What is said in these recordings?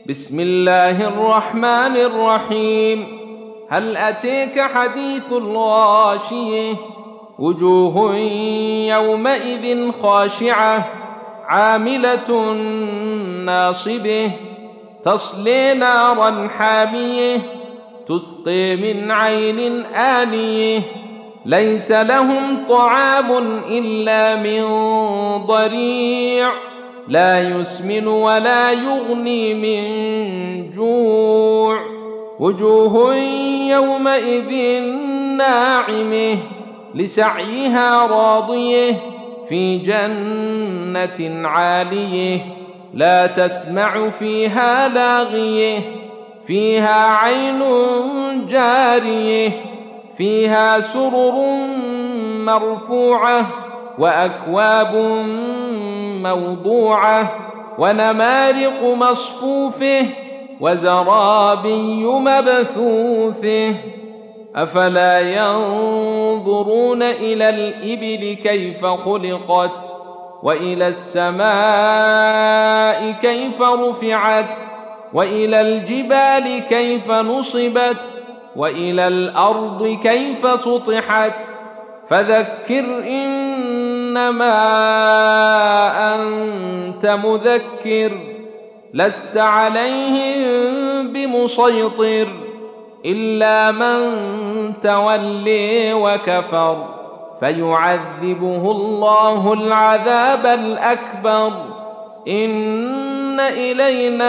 بسم الله الرحمن الرحيم. هل أتيك حديث الغاشية؟ وجوه يومئذ خاشعة عاملة ناصبة تصلي نارا حامية تسقي من عين آنية ليس لهم طعام إلا من ضريع لا يسمن ولا يغني من جوع. وجوه يومئذ ناعمة لسعيها راضية في جنة عالية لا تسمع فيها لاغية فيها عين جارية فيها سرر مرفوعة وأكواب موضوعة ونمارق مصفوفة وزرابي مبثوثة. أفلا ينظرون إلى الإبل كيف خلقت وإلى السماء كيف رفعت وإلى الجبال كيف نصبت وإلى الأرض كيف سطحت. فذكر إنما أنت مذكر لست عليهم بمسيطر إلا من تولي وكفر فيعذبه الله العذاب الأكبر. إن إلينا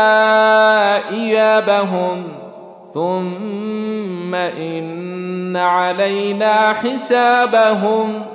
إيابهم ثم إن علينا حسابهم.